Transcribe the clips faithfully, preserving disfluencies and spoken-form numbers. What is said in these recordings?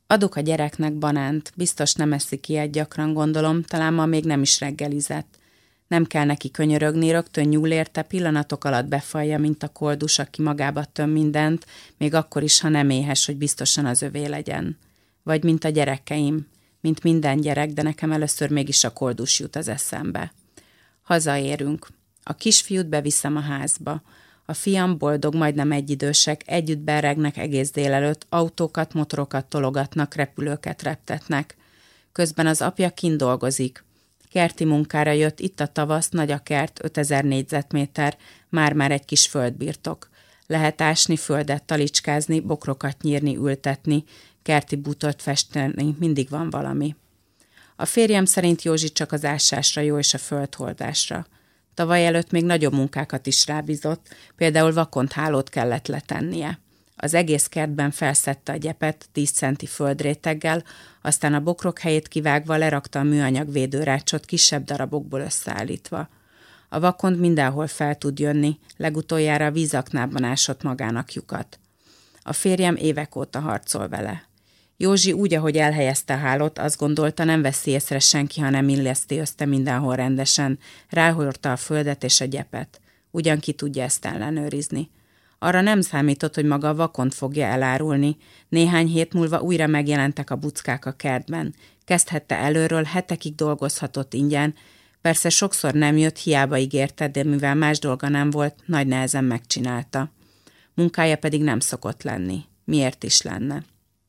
Adok a gyereknek banánt, biztos nem eszik ilyet gyakran, gondolom, talán ma még nem is reggelizett. Nem kell neki könyörögni, rögtön nyúl érte, pillanatok alatt befalja, mint a koldus, aki magába töm mindent, még akkor is, ha nem éhes, hogy biztosan az övé legyen. Vagy mint a gyerekeim, mint minden gyerek, de nekem először mégis a koldus jut az eszembe. Hazaérünk. A kisfiút beviszem a házba. A fiam boldog, majdnem egyidősek, együtt berregnek egész délelőtt, autókat, motorokat tologatnak, repülőket reptetnek. Közben az apja kint dolgozik. Kerti munkára jött, itt a tavasz, nagy a kert, ötezer négyzetméter, már-már egy kis földbirtok. Lehet ásni, földet talicskázni, bokrokat nyírni, ültetni, kerti bútort festeni, mindig van valami. A férjem szerint Józsi csak az ásásra jó és a földhordásra. Tavaly előtt még nagyobb munkákat is rábízott, például vakonthálót kellett letennie. Az egész kertben felszedte a gyepet tíz centi földréteggel, aztán a bokrok helyét kivágva lerakta a műanyag védőrácsot kisebb darabokból összeállítva. A vakond mindenhol fel tud jönni, legutoljára a vízaknában ásott magának lyukat. A férjem évek óta harcol vele. Józsi úgy, ahogy elhelyezte a hálót, azt gondolta, nem veszi észre senki, ha nem illeszti össze mindenhol rendesen, ráhordta a földet és a gyepet. Ugyan ki tudja ezt ellenőrizni. Arra nem számított, hogy maga a vakond fogja elárulni. Néhány hét múlva újra megjelentek a buckák a kertben. Kezdhette előről, hetekig dolgozhatott ingyen. Persze sokszor nem jött, hiába ígérte, de mivel más dolga nem volt, nagy nehezen megcsinálta. Munkája pedig nem szokott lenni. Miért is lenne?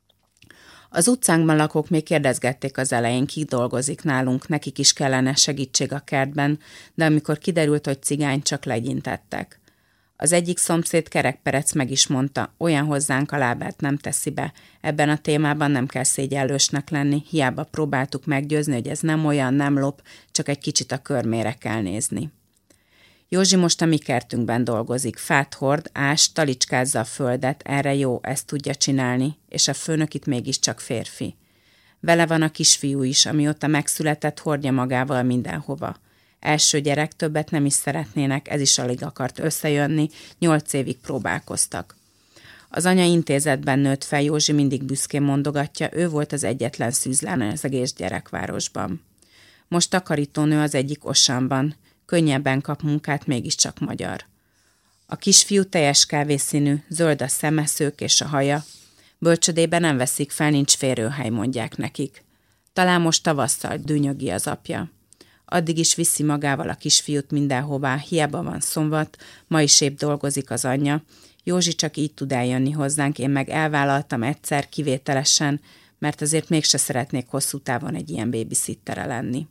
Az utcánkban lakók még kérdezgették az elején, ki dolgozik nálunk, nekik is kellene segítség a kertben, de amikor kiderült, hogy cigány, csak legyintettek. Az egyik szomszéd kerekperec meg is mondta, olyan hozzánk a lábát nem teszi be, ebben a témában nem kell szégyellősnek lenni, hiába próbáltuk meggyőzni, hogy ez nem olyan, nem lop, csak egy kicsit a körmére kell nézni. Józsi most a mi kertünkben dolgozik, fát hord, ás, talicskázza a földet, erre jó, ezt tudja csinálni, és a főnök itt mégiscsak férfi. Vele van a kisfiú is, amióta megszületett, hordja magával mindenhova. Első gyerek, többet nem is szeretnének, ez is alig akart összejönni, nyolc évig próbálkoztak. Az anya intézetben nőtt fel, Józsi mindig büszkén mondogatja, ő volt az egyetlen szűzlán az egész gyerekvárosban. Most takarítónő az egyik Osanban, könnyebben kap munkát, mégiscsak magyar. A kisfiú teljes kávészínű, zöld a szeme, szők és a haja. Bölcsödében nem veszik fel, nincs férőhely, mondják nekik. Talán most tavasszal, dűnyögi az apja. Addig is viszi magával a kisfiút mindenhová, hiába van szombat, ma is épp dolgozik az anyja. Józsi csak így tud eljönni hozzánk, én meg elvállaltam egyszer kivételesen, mert azért mégse szeretnék hosszú távon egy ilyen babysittere lenni.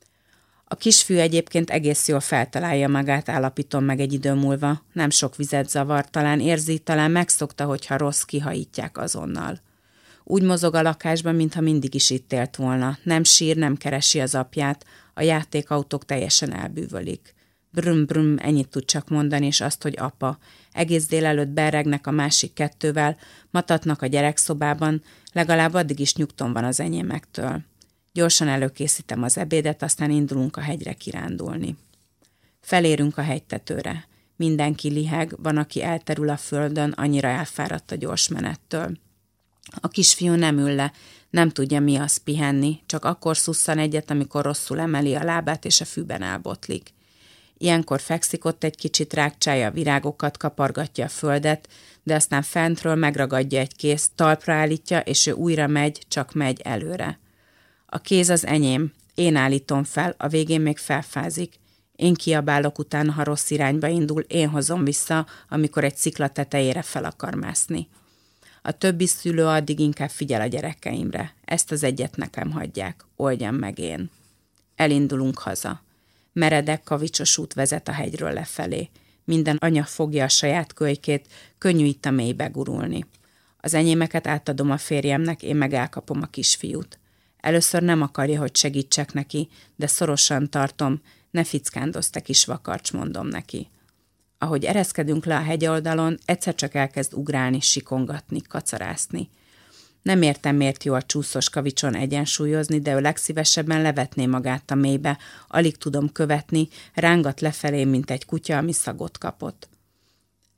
A kisfiú egyébként egész jól feltalálja magát, állapítom meg egy idő múlva. Nem sok vizet zavar, talán érzi, talán megszokta, hogyha rossz, kihajítják azonnal. Úgy mozog a lakásban, mintha mindig is itt élt volna. Nem sír, nem keresi az apját, a játékautók teljesen elbűvölik. Brüm, brüm, ennyit tud csak mondani, és azt, hogy apa. Egész délelőtt berregnek a másik kettővel, matatnak a gyerekszobában, legalább addig is nyugton van az enyémektől. Gyorsan előkészítem az ebédet, aztán indulunk a hegyre kirándulni. Felérünk a hegytetőre. Mindenki liheg, van, aki elterül a földön, annyira elfáradt a gyors menettől. A kisfiú nem ül le, nem tudja mi az pihenni, csak akkor szusszan egyet, amikor rosszul emeli a lábát és a fűben elbotlik. Ilyenkor fekszik ott egy kicsit, rákcsálja a virágokat, kapargatja a földet, de aztán fentről megragadja egy kéz, talpra állítja, és ő újra megy, csak megy előre. A kéz az enyém, én állítom fel, a végén még felfázik. Én kiabálok utána, ha rossz irányba indul, én hozom vissza, amikor egy szikla tetejére fel akar mászni. A többi szülő addig inkább figyel a gyerekeimre. Ezt az egyet nekem hagyják, oldjam meg én. Elindulunk haza. Meredek, kavicsos út vezet a hegyről lefelé. Minden anya fogja a saját kölykét, könnyű itt a mélybe gurulni. Az enyémeket átadom a férjemnek, én meg elkapom a kisfiút. Először nem akarja, hogy segítsek neki, de szorosan tartom, ne fickándozz te kis vakarcs, mondom neki. Ahogy ereszkedünk le a hegyoldalon, egyszer csak elkezd ugrálni, sikongatni, kacarászni. Nem értem, miért jó a csúszós kavicson egyensúlyozni, de ő legszívesebben levetné magát a mélybe, alig tudom követni, rángat lefelé, mint egy kutya, ami szagot kapott.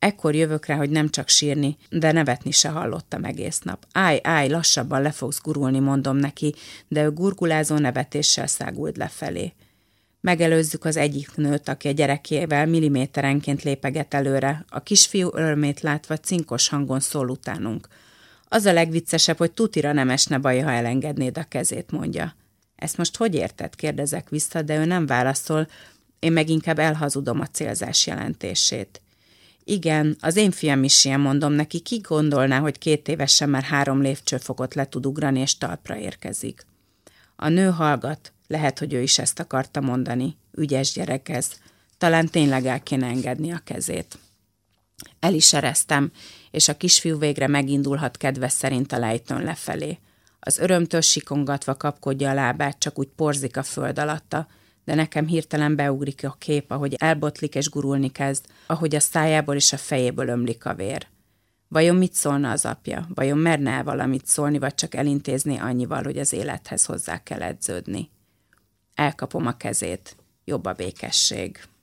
Ekkor jövök rá, hogy nem csak sírni, de nevetni se hallottam egész nap. Állj, állj, lassabban le fogsz gurulni, mondom neki, de ő gurgulázó nevetéssel száguld lefelé. Megelőzzük az egyik nőt, aki a gyerekével milliméterenként lépeget előre. A kisfiú örömét látva cinkos hangon szól utánunk. Az a legviccesebb, hogy tutira nem esne baj, ha elengednéd a kezét, mondja. Ezt most hogy érted? Kérdezek vissza, de ő nem válaszol, én meg inkább elhazudom a célzás jelentését. Igen, az én fiam is ilyen, mondom neki, ki gondolná, hogy két évesen már három lépcsőfokot le tud ugrani és talpra érkezik. A nő hallgat, lehet, hogy ő is ezt akarta mondani. Ügyes gyerek ez. Talán tényleg el kéne engedni a kezét. El is ereztem, és a kisfiú végre megindulhat kedves szerint a lejtőn lefelé. Az örömtől sikongatva kapkodja a lábát, csak úgy porzik a föld alatta, de nekem hirtelen beugrik a kép, ahogy elbotlik és gurulni kezd, ahogy a szájából és a fejéből ömlik a vér. Vajon mit szólna az apja? Vajon merne el valamit szólni, vagy csak elintézni annyival, hogy az élethez hozzá kell edződni? Elkapom a kezét. Jobb a békesség.